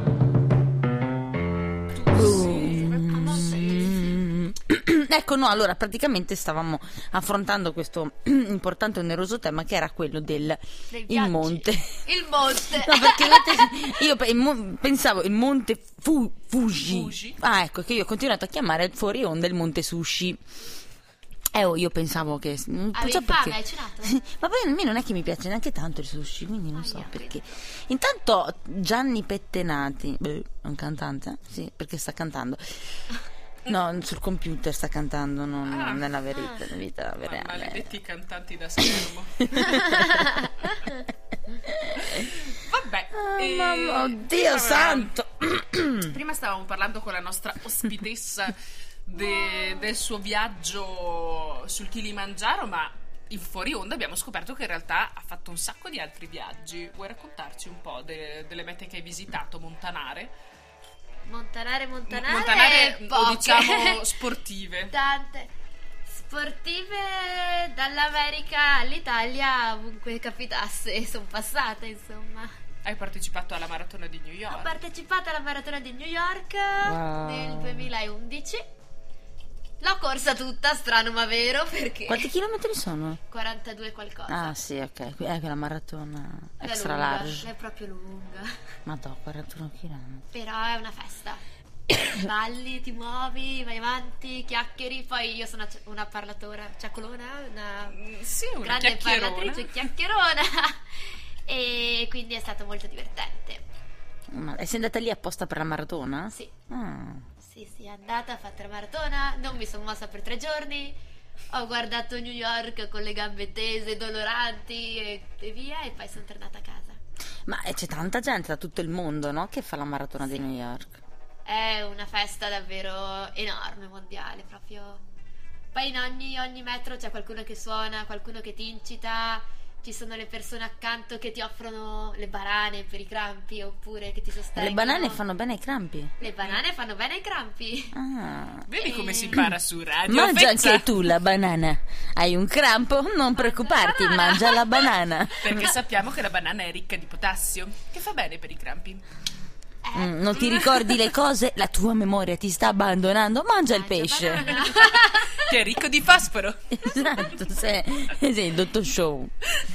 Mm. Ecco, no, allora praticamente stavamo affrontando questo importante e oneroso tema che era quello del Dei il viaggi. monte. Il monte. No, perché avete- io pe- il mo- pensavo il monte Fu- Fuji. Fuji. Ah, ecco, che io ho continuato a chiamare fuori onda il monte Sushi. Eh, oh, io pensavo che non Avevi so fame, perché. hai cenato? Ma poi a me non è che mi piace neanche tanto il sushi, quindi non so Aia, perché. Intanto Gianni Pettenati, beh, è un cantante, eh? Sì, perché sta cantando. No, sul computer sta cantando, non Ah. nella verità, nella vita Ma reale. maledetti cantanti da schermo. Vabbè. Ah, e- mamma, oddio prima santo. avevamo- Prima stavamo parlando con la nostra ospitessa de- del suo viaggio sul Kilimangiaro, ma in fuori onda abbiamo scoperto che in realtà ha fatto un sacco di altri viaggi. Vuoi raccontarci un po' de- delle mete che hai visitato? Montanare? Montanare, montanare, Montanare o poche. diciamo sportive. Tante. Sportive dall'America all'Italia, ovunque capitasse, sono passate, insomma. Hai partecipato alla maratona di New Ho York. partecipato alla maratona di New York Wow. nel duemilaundici. L'ho corsa tutta, strano ma vero, perché Quanti chilometri sono? quarantadue qualcosa. Ah sì, ok, è quella maratona È extra lunga, large. è proprio lunga. Madò, quarantuno chilometri. Però è una festa. Balli, ti muovi, vai avanti, chiacchieri. Poi io sono una parlatora ciacolona, una Mm, Sì, una grande chiacchierona. parlatrice chiacchierona. E quindi è stato molto divertente. Ma sei andata lì apposta per la maratona? Sì. Ah. Sì, sì, è andata, ha fatto la maratona, non mi sono mossa per tre giorni, ho guardato New York con le gambe tese, doloranti e, e via, e poi sono tornata a casa. Ma eh, c'è tanta gente da tutto il mondo, no? Che fa la maratona di New York. È una festa davvero enorme, mondiale, proprio. Poi in ogni, ogni metro c'è qualcuno che suona, qualcuno che ti incita, ci sono le persone accanto che ti offrono le banane per i crampi oppure che ti sostengono. Le banane fanno bene ai crampi. Le banane fanno bene ai crampi. Ah. Vedi come Eh. si impara su radio? Mangia Fezza? anche tu la banana. Hai un crampo? Non preoccuparti, mangia la banana. Perché sappiamo che la banana è ricca di potassio, che fa bene per i crampi. Mm, non ti ricordi le cose? La tua memoria ti sta abbandonando. Mangia il pesce. banana. Che è ricco di fosforo. Esatto, sei, sei il dottor Show.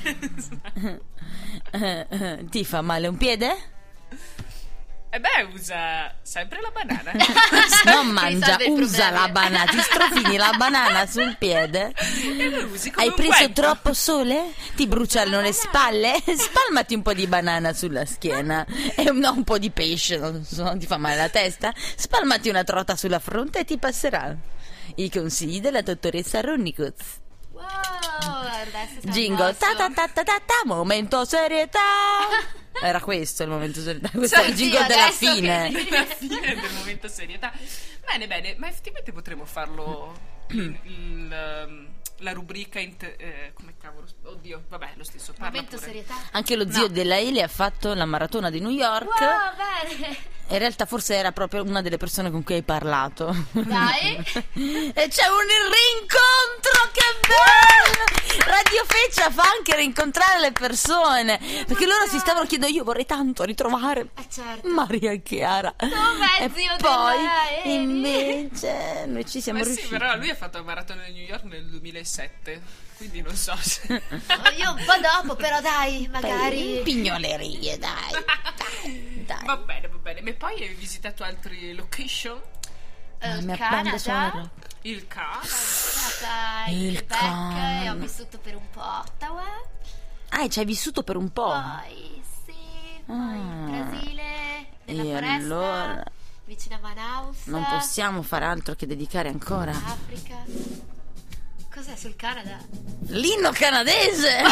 Eh, eh, Ti fa male un piede? E beh, usa sempre la banana. Non mangia, risolve il usa problema. la banana. Ti strofini la banana sul piede. E lo usi come Hai un preso guento. troppo sole? Ti bruciano le spalle? Spalmati un po' di banana sulla schiena e un, no, un po' di pesce, non so, ti fa male la testa? Spalmati una trota sulla fronte e ti passerà. I consigli della dottoressa Ronnicuz. Wow, adesso sta Jingle, ta addosso. ta ta ta ta ta, momento serietà. Era questo il momento serietà. Questo è il Sì, jingle della adesso fine. che- La fine del momento serietà. Bene, bene, ma effettivamente potremmo farlo il- il- la rubrica int- eh, come cavolo, oddio, vabbè, lo stesso, parla Momento pure. serietà. Anche lo zio No. della Ele ha fatto la maratona di New York. Wow, bene. In realtà forse era proprio una delle persone con cui hai parlato. Dai. E c'è un rincontro, che bello! Radio Feccia fa anche rincontrare le persone, perché loro si stavano chiedendo, io vorrei tanto ritrovare Eh certo. Maria Chiara. Dov'è E zio poi della Eli? invece noi ci siamo Ma sì, riusciti. però lui ha fatto la maratona di New York nel duemilasette, quindi non so se... Io un po' dopo, però dai, magari. Pignolerie, dai. Dai, dai. Va bene, va bene. Ma poi hai visitato altre location? Eh, La mia banda sonora. Canada. Il Canada? Sono stata in Il Quebec Canada. e ho vissuto per un po' a Ottawa. Ah, ci hai vissuto per un po'. Poi sì, poi in Ah. Brasile, nella E foresta, allora vicino a Manaus. non possiamo fare altro che dedicare ancora Africa. Cos'è sul Canada? l'inno canadese.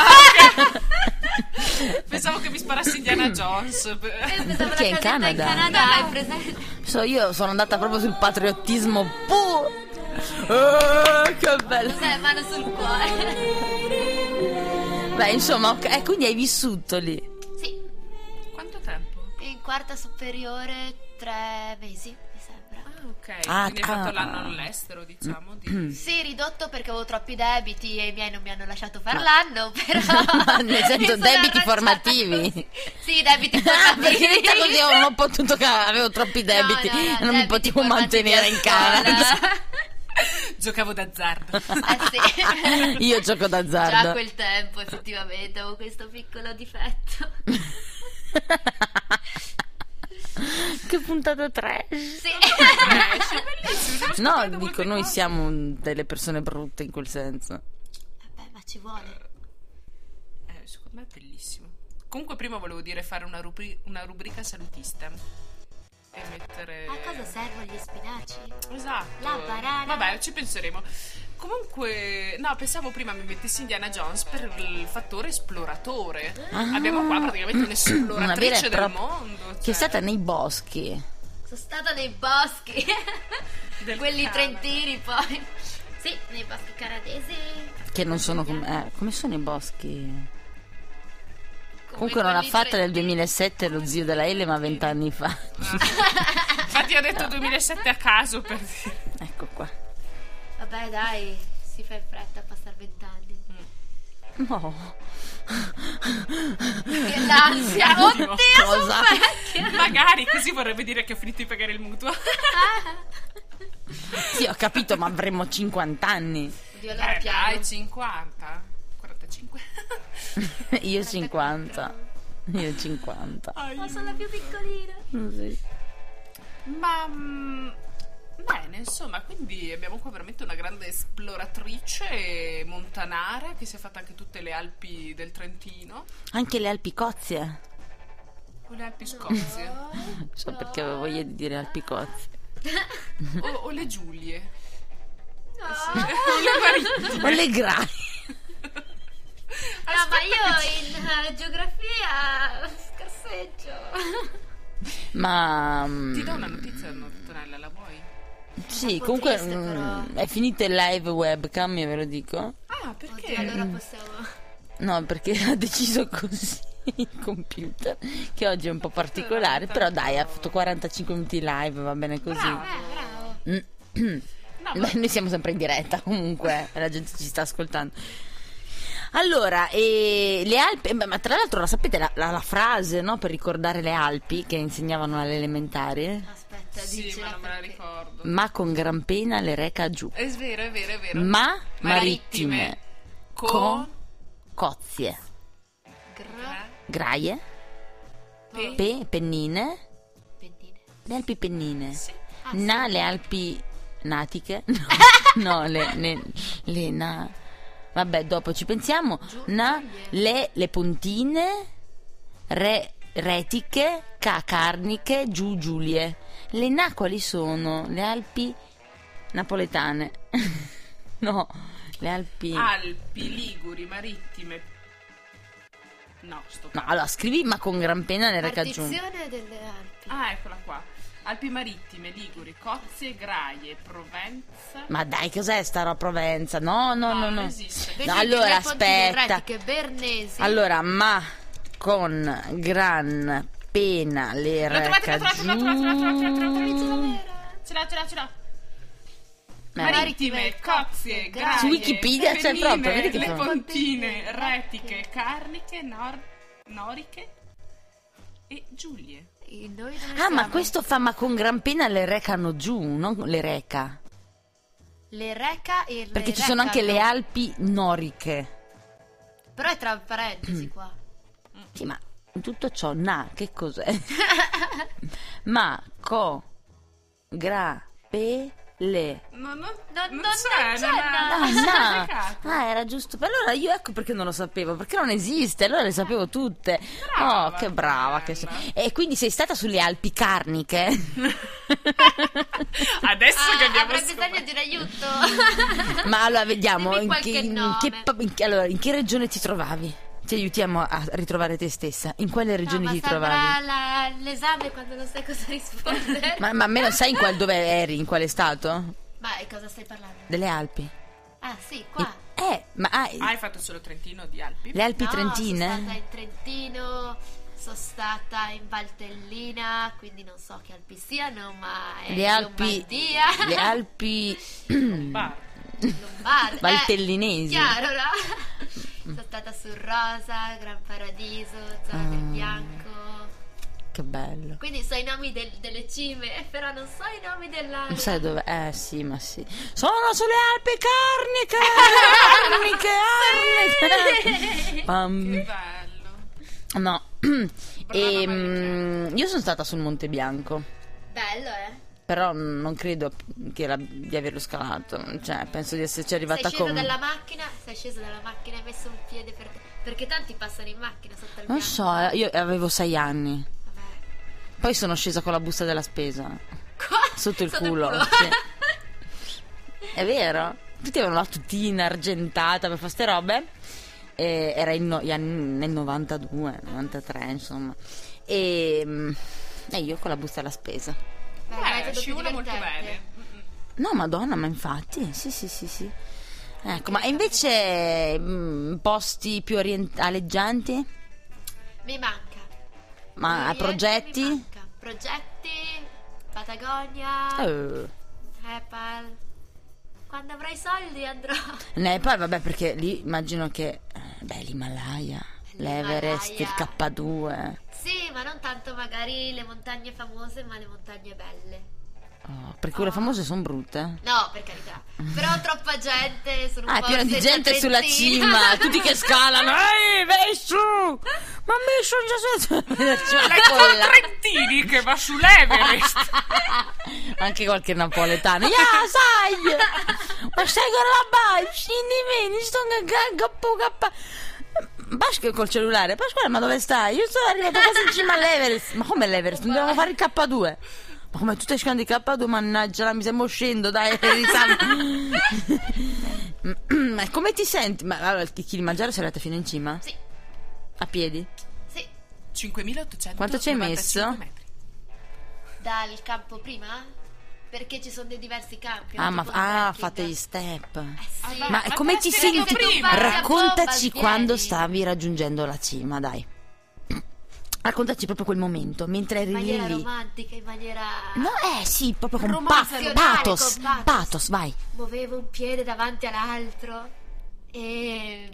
Pensavo che mi sparassi Indiana Jones. Eh, pensavo Perché la in casetta Canada? in Canada, hai presente? So, io sono andata proprio sul patriottismo puro. Oh, che bello. Cos'è? Mano sul cuore. Beh, insomma, ok, eh, quindi hai vissuto lì. Sì, Quanto tempo? in quarta superiore tre mesi, mi sembra. Ah, ok. Ah, Quindi hai fatto ah. l'anno all'estero, diciamo. Di... Sì, ridotto perché avevo troppi debiti e i miei non mi hanno lasciato fare l'anno, però... Ma nel senso, mi sono debiti arrangiata formativi. così. Sì, debiti Ah, formativi. perché in realtà così non ho potuto, avevo troppi debiti, No, no, no, non mi debiti potevo formativi mantenere a in scuola. Canada. Giocavo d'azzardo. Eh sì. Io gioco Già a d'azzardo. quel tempo effettivamente avevo questo piccolo difetto. Che puntata trash. Sì. No, dico, noi siamo delle persone brutte in quel senso. Vabbè, ma ci vuole. Eh, secondo me è bellissimo. Comunque prima volevo dire fare una, rubri- una rubrica salutista. E mettere... A cosa servono gli spinaci? Esatto. La banana. Vabbè, ci penseremo. Comunque, no, pensavo prima mi mettessi Indiana Jones per il fattore esploratore. Ah. Abbiamo qua praticamente Una vera un'esploratrice e del propria- mondo. Che è cioè, stata nei boschi. Sono stata nei boschi. Del Quelli Canada. trentini poi. Sì, nei boschi canadesi. Che non sono come... Eh, come sono i boschi? Comunque non ha quelli fatto nel trentini. duemilasette lo zio della Ele, ma vent'anni fa. Infatti ho detto duemilasette a caso per dire. Ecco qua. Vabbè, dai, si fa in fretta a passare vent'anni. No. Che l'ansia, oddio, Cosa? sono vecchia. Magari così vorrebbe dire che ho finito di pagare il mutuo. Sì, ho capito, ma avremmo cinquanta anni. Oddio, allora Eh piano. dai, cinquanta, quarantacinque. Io cinquanta. Io cinquanta. Ma sono la più piccolina. Sì. Ma mm, bene, insomma, quindi abbiamo qua veramente una grande esploratrice montanara che si è fatta anche tutte le Alpi del Trentino Anche le Alpi Cozie. o le Alpi Scozie Non so perché avevo voglia di dire Alpi Cozie. o, o le Giulie No, o le Marittime. O le Grai. no, ma io in eh, geografia scarseggio. Ma mm, Ti do una notizia, Antonella, la vuoi? sì, un po' comunque triste, mm, però. è finito il live webcam, io ve lo dico. Ah, perché? Oddio, allora possiamo. No, perché ha deciso così il computer, che oggi è un po' particolare, però dai, ha fatto quarantacinque minuti live, va bene così. Bravo. Eh, bravo. No, Beh, noi siamo sempre in diretta comunque, la gente ci sta ascoltando. Allora, e le Alpi, beh, ma tra l'altro la sapete la, la- la frase, no, per ricordare le Alpi che insegnavano alle elementari? Aspetta, sì, dicela ma non me la perché. ricordo. Ma con gran pena le reca giù. È vero, è vero, è vero. Ma marittime, con, con cozie, Gra- graie, pe- pe, pennine, Pentine. le Alpi Pennine. sì. Ah, Na, le Alpi natiche? No, no, le, le, le na. Vabbè, dopo ci pensiamo. Giù, Na, Giulie. le, le puntine, re, retiche, ca, carniche, giù, Giulie. Le na quali sono? Le Alpi napoletane. No, le Alpi. Alpi, Liguri, Marittime. No, sto No, allora scrivi ma con gran pena le reca giù. Partizione delle Alpi. Ah, eccola qua. Alpi Marittime, Liguri, Cozie, Graie, Provenza. Ma dai, cos'è sta roba Provenza? No, no, No, no, non no. esiste. No, Vedi, allora le Pontine, aspetta. Retiche, Bernesi. Allora, ma con gran pena le L'ho trovata, reca l'ho trovata, l'ho trovata, l'ho trovata, l'ho trovata, l'ho giù. trovata. Ce l'ho, ce l'ho, ce l'ho. Marittime, Cozie, Graie, Su Wikipedia c'è Pennine, proprio, vedi che le fa- Pontine, Retiche, Carniche, Nor- Noriche e Giulie. E noi dove Ah, ma siamo? questo fa ma con gran pena le recano giù, non le reca. Le reca e le Perché ci sono anche le recano. Alpi noriche. Però è tra parentesi qua. Sì, ma in tutto ciò, na, che cos'è? Ma co gra pe le. No, no, No, non no, c'è, non non c'è, ha- Ah, non si è no. beccato. Ah, era giusto. Allora io ecco perché non lo sapevo, perché non esiste, allora le sapevo tutte. Brava, Oh, che brava che sei. bella. E quindi sei stata sulle Alpi Carniche? Adesso che Ah, abbiamo avrei bisogno scoperto. di un aiuto. Ma allora vediamo Dimmi in qualche che, in nome. che pa- in che- allora, in che regione ti trovavi? Ti aiutiamo a ritrovare te stessa. In quale No, regione ma ti saprà trovavi? la- l'esame quando non sai cosa rispondere. Ma, ma almeno sai in qual, dove eri, in quale stato? Ma di cosa stai parlando? Delle Alpi. Ah, sì, qua. Eh, ma ah, Ah, hai fatto solo Trentino di Alpi? le Alpi No, Trentine? sono stata in Trentino, sono stata in Valtellina, quindi non so che Alpi siano, ma è Le in Alpi Lombardia. Le Alpi Bar. Lombardia. Valtellinesi. Eh, chiaro, no? Sono stata su Rosa, Gran Paradiso, Zona del Ah. Bianco. Che bello. Quindi so i nomi del- delle cime, però non so i nomi della... Non sai dove? Eh sì, ma sì. Sono sulle Alpi Carniche! Carniche, Carniche! Pam. Che bello. No. Brava E, Maria mm, io sono stata sul Monte Bianco, Bello, eh? però non credo che la- di averlo scalato. Cioè, penso di esserci arrivata Sei sceso con... dalla macchina, sei sceso dalla macchina e hai messo un piede per te. Perché tanti passano in macchina sotto il Non bianco. so, eh, io avevo sei anni. Vabbè. Poi sono scesa con la busta della spesa. Qua? Sotto il culo, sì. È vero? Tutti avevano la tutina argentata per fare ste robe. E era in no- gli anni- nel novantadue, novantatré, insomma. E, mm, e io con la busta della spesa. Beh, Eh, metodo più scivola molto divertente. bene. Mm-mm. No, Madonna, ma infatti, sì, sì, sì, sì. Ecco, ma invece mh, posti più orient- aleggianti? Mi manca. Ma Mi- progetti? Mi manca. Progetti, Patagonia, Eh, Nepal. Quando avrai soldi andrò. Nepal, vabbè, perché lì immagino che... eh, Beh, l'Himalaya, l'Everest, il L'Himalaya. K due. Sì, ma non tanto magari le montagne famose, ma le montagne belle. Oh, perché quelle famose sono brutte. No, per carità. Però troppa gente, sono un Ah, è po' pieno di stessa gente sulla trentina. cima, tutti che scalano. Ehi, vai su! Ma mi sono già sulla Lecco Trentini che va sull'Everest. Anche qualche napoletano. Ya, sai! Ma stai con la base, scendi bene, sto gagga Basco col cellulare. Pasquale, ma dove stai? Io sono arrivato quasi in cima all'Everest. Ma come l'Everest? Non dobbiamo fare il K due. Ma come tu stai scendendo il K due? Mannaggia, la mi stiamo scendo, dai, ma come ti senti? Ma allora, il Kilimangiaro sei arrivata fino in cima? Sì, A piedi? sì. cinquemilaottocento Quanto ci hai messo? metri. Dal campo prima? Perché ci sono dei diversi campi. Ah, ogni ma tipo ah, trekking. fate gli step. Eh sì. Ma Ma come te ti sei senti? prima? Raccontaci Bomba, quando vieni. stavi raggiungendo la cima, dai. Raccontaci proprio quel momento, mentre eri In lì maniera lì. romantica, in maniera... No, eh sì, proprio con pa- Romanzionale, pathos, con pathos. pathos, vai. Muovevo un piede davanti all'altro e...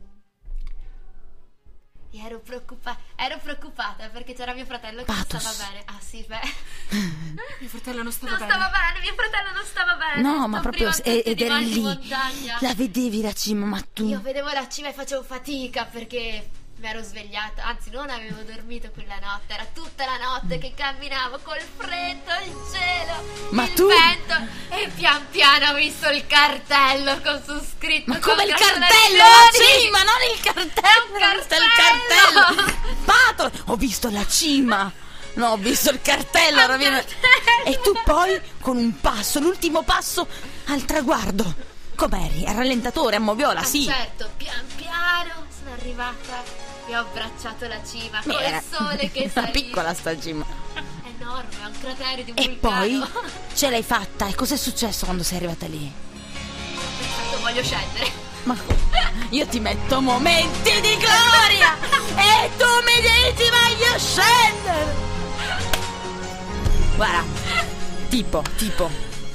e ero preoccupata, ero preoccupata perché c'era mio fratello che Pathos. non stava bene. Ah sì, beh. Mio fratello non stava Non bene. stava bene, mio fratello non stava bene. No, ma proprio Soffriva e- ed tutti eri di lì. montagna. La vedevi la cima, ma tu Io vedevo la cima e facevo fatica perché mi ero svegliata, anzi non avevo dormito quella notte, era tutta la notte che camminavo col freddo, il cielo, Ma il tu- vento e pian piano ho visto il cartello con su scritto Ma come il cartello? La congratulazioni! cima, non il cartello! È un Ho visto il cartello! cartello! Pathos! Ho visto la cima! No, ho visto il cartello! È un Ravina- cartello! E tu poi, con un passo, l'ultimo passo al traguardo. Com'eri? A rallentatore, a moviola, Ah, sì. certo, pian piano sono arrivata e ho abbracciato la cima Ma col era- sole che era saliva. piccola sta cima. È enorme, è un cratere di un E vulcano. poi ce l'hai fatta. E cos'è successo quando sei arrivata lì? Ho voglio scendere. Ma io ti metto momenti di gloria e tu mi dici voglio scendere. Guarda, tipo, tipo.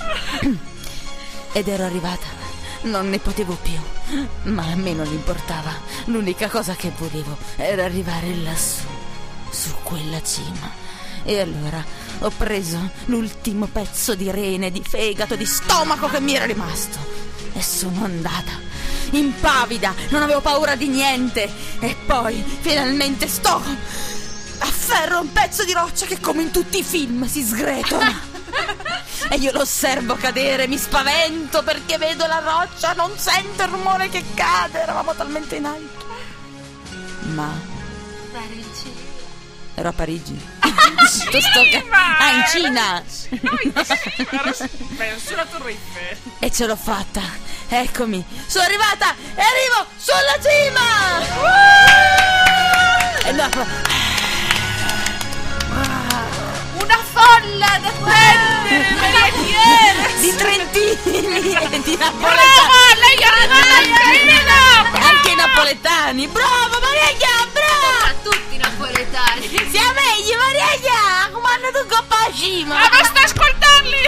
Ed ero arrivata. Non ne potevo più, ma a me non importava. L'unica cosa che volevo era arrivare lassù, su quella cima. E allora ho preso l'ultimo pezzo di rene, di fegato, di stomaco che mi era rimasto e sono andata, impavida, non avevo paura di niente. E poi finalmente sto, afferro un pezzo di roccia che come in tutti i film si sgretola. E io lo osservo cadere, mi spavento perché vedo la roccia, non sento il rumore che cade, eravamo talmente in alto. Ma Ero in Cina. ero a Parigi. Tu sto ca- ah, in Cina. Ero beh, sulla Torre Eiffel. E ce l'ho fatta. Eccomi, sono arrivata e arrivo sulla cima. E no, Una folla da quelle Maria di trentini e di napoletani. Brava, lei arriva! Anche i napoletani. Bravo Maria, bravo. a tutti i napoletani. Siamo meglio Maria, comanda tu coppa a cima. Ma basta ascoltarli!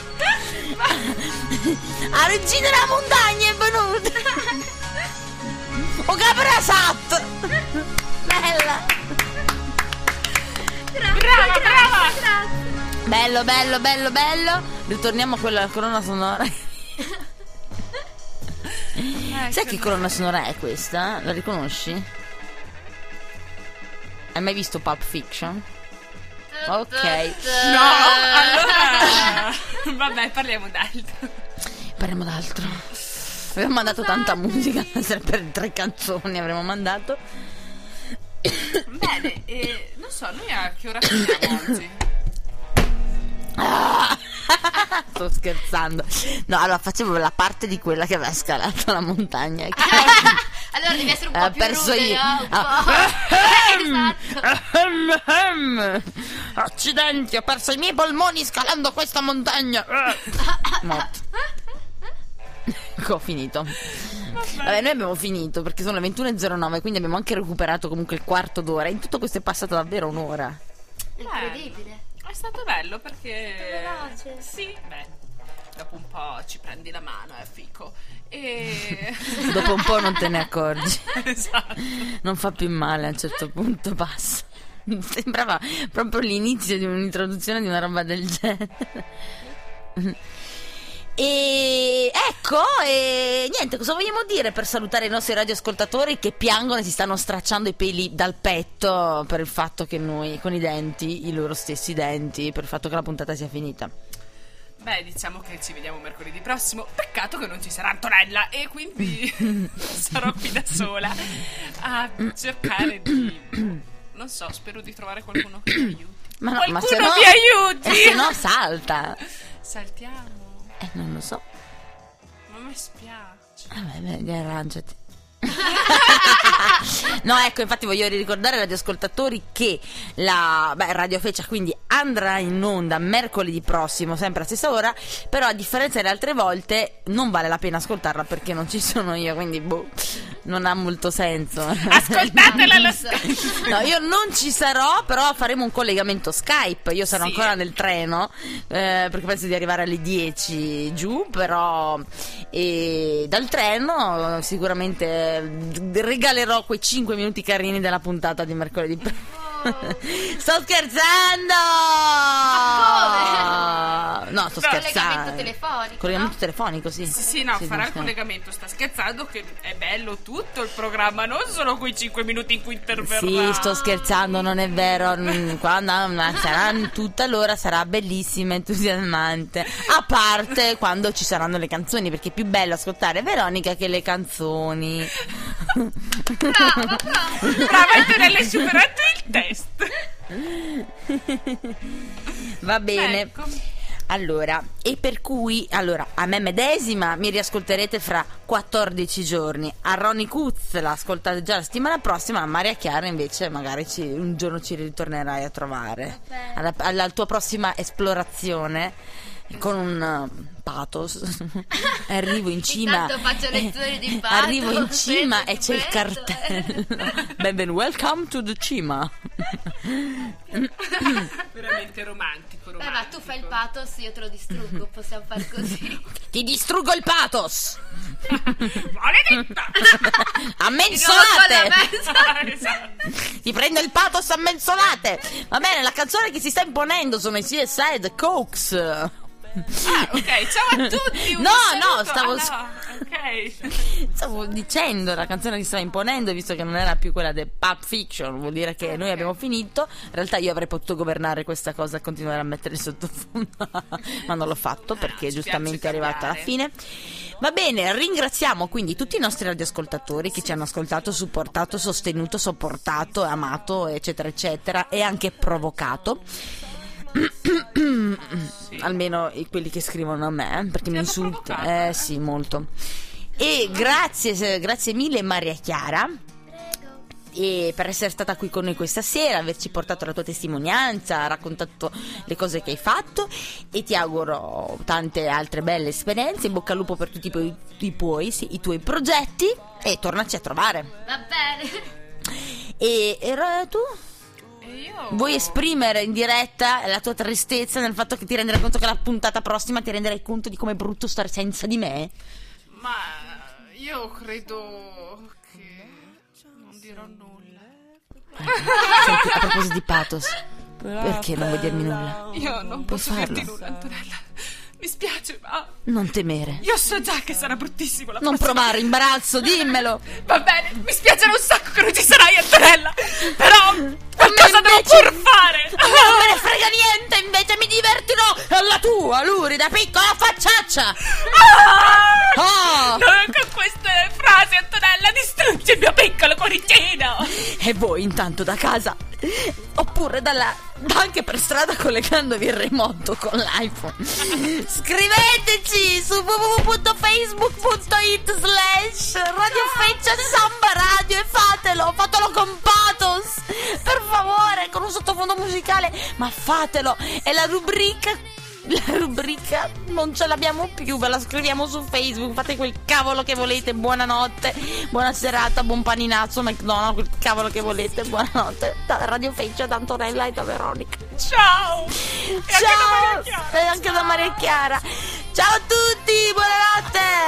A regina della montagna è venuta. O caprasat. Bella. Brava, brava! Grazie. Bello, bello, bello, bello. Ritorniamo a quella colonna sonora. Sai che colonna sonora è questa? La riconosci? Hai mai visto Pulp Fiction? Ok. No, allora... Vabbè, parliamo d'altro. Parliamo d'altro. Abbiamo mandato tanta musica. Per tre canzoni avremmo mandato. Bene, e non so, noi a che ora finiamo oggi? Ah! Sto scherzando. No, allora facevo la parte di quella che aveva scalato la montagna. Allora devi essere un po' Ha più perso rude, io. no? Un po'. Ah. Esatto. Accidenti, ho perso i miei polmoni scalando questa montagna. Morto. Ecco, ho finito. Vabbè, noi abbiamo finito perché sono le ventuno e zero nove, quindi abbiamo anche recuperato comunque il quarto d'ora. In tutto questo è passata davvero un'ora. Incredibile. È stato bello perché veloce. sì, beh, dopo un po' ci prendi la mano, è fico. E Dopo un po' non te ne accorgi. esatto. Non fa più male, a un certo punto passa. Sembrava proprio l'inizio di un'introduzione di una roba del genere. E ecco, e niente, cosa vogliamo dire per salutare i nostri radioascoltatori che piangono e si stanno stracciando i peli dal petto per il fatto che noi, con i denti, i loro stessi denti, per il fatto che la puntata sia finita. Beh, diciamo che ci vediamo mercoledì prossimo. Peccato che non ci sarà Antonella e quindi sarò qui da sola a cercare di... non so, spero di trovare qualcuno che mi aiuti. Ma no, Qualcuno ma se no, mi aiuti! E se no salta. Saltiamo. Eh, non lo so. Ma mi spiace. Vabbè, vedi, arrangiati. No, ecco, infatti voglio ricordare ai radioascoltatori che la beh, Radio Feccia quindi andrà in onda mercoledì prossimo, sempre alla stessa ora, però a differenza delle altre volte non vale la pena ascoltarla perché non ci sono io, quindi boh, non ha molto senso. Ascoltatela lo Skype. No, io non ci sarò, però faremo un collegamento Skype. Io sarò Sì. ancora nel treno eh, perché penso di arrivare alle dieci giù, però e dal treno sicuramente regalerò quei cinque minuti carini della puntata di mercoledì. Sto scherzando! No, sto scherzando. Collegamento telefonico, Collegamento no? telefonico, sì. Sì, sì, no, Sì, farà il giusto. collegamento. Sta scherzando che è bello tutto il programma, non solo quei cinque minuti in cui interverrà. Sì, sto scherzando, non è vero. Mm, Quando ma sarà tutta l'ora, sarà bellissima, entusiasmante. A parte quando ci saranno le canzoni, perché è più bello ascoltare Veronica che le canzoni. Brava, brava. Brava Antonella, hai superato il test. Va bene. Ecco. Allora, e per cui, allora, a me medesima mi riascolterete fra quattordici giorni, a Ronnie Kutz la ascoltate già la settimana prossima, a Maria Chiara invece magari ci- un giorno ci ritornerai a trovare Vabbè. alla, alla tua prossima esplorazione con un uh, pathos. Arrivo in cima, Intanto faccio lezioni di pathos, arrivo in cima e c'è il questo, cartello. eh. Benven, welcome to the cima. Veramente romantico, romantico. Beh, ma tu fai il pathos, io te lo distruggo, possiamo fare così. Ti distruggo il pathos. Maledetta! A Di nuovo con mensolate. la mezza. Esatto. Ti prendo il pathos a mensolate. Va bene, la canzone che si sta imponendo sono i Suicide The Cokes. Ah, ok, ciao a tutti. Un No, saluto. no, stavo Ah, sc- no, ok. Stavo dicendo la canzone che si stava imponendo, visto che non era più quella del Pulp Fiction, vuol dire che noi abbiamo finito. In realtà io avrei potuto governare questa cosa e continuare a mettere sottofondo, ma non l'ho fatto perché ci giustamente è piace arrivata alla cambiare. fine. Va bene, ringraziamo quindi tutti i nostri radioascoltatori che ci hanno ascoltato, supportato, sostenuto, sopportato, amato, eccetera, eccetera, e anche provocato. Almeno i- quelli che scrivono a me, eh, perché mi hanno insultano. provocato, Eh eh? sì, molto. E grazie, se- grazie mille Maria Chiara e per essere stata qui con noi questa sera, averci portato la tua testimonianza, raccontato le cose che hai fatto, e ti auguro tante altre belle esperienze. In bocca al lupo per tutti i, pu- i, puoi, sì, i tuoi progetti, e tornaci a trovare. Va bene. E, e Ro- tu E io... vuoi esprimere in diretta la tua tristezza nel fatto che ti renderai conto che la puntata prossima ti renderai conto di com'è brutto stare senza di me? Ma io credo che non dirò nulla. Senti, a proposito di pathos, perché non vuoi dirmi nulla? Io non Puoi posso dirti farlo. nulla, Antonella. Mi spiace, ma Non temere. io so già che sarà bruttissimo la Non prossima. provare imbarazzo, dimmelo. Va bene, mi spiacerà un sacco che non ci sarai, Antonella. Però qualcosa devo invece- pur fare. Non me ne frega niente, invece mi divertirò alla tua lurida piccola facciaccia. Ah! Oh! Non con queste frasi, Antonella, distruggi il mio piccolo cuoricino. E voi intanto da casa oppure dalla, anche per strada collegandovi il remoto con l'iPhone. Scriveteci su w w w punto facebook punto it slash Radio Feccia Samba Radio e fatelo, fatelo con pathos, per favore, con un sottofondo musicale, ma fatelo. E la rubrica La rubrica non ce l'abbiamo più, ve la scriviamo su Facebook, fate quel cavolo che volete, buonanotte, buona serata, buon paninazzo, McDonald's, quel cavolo che volete, buonanotte, da Radio Feccia, da Antonella e da Veronica. Ciao! Ciao! E anche da Maria Chiara. Ciao a tutti, buonanotte!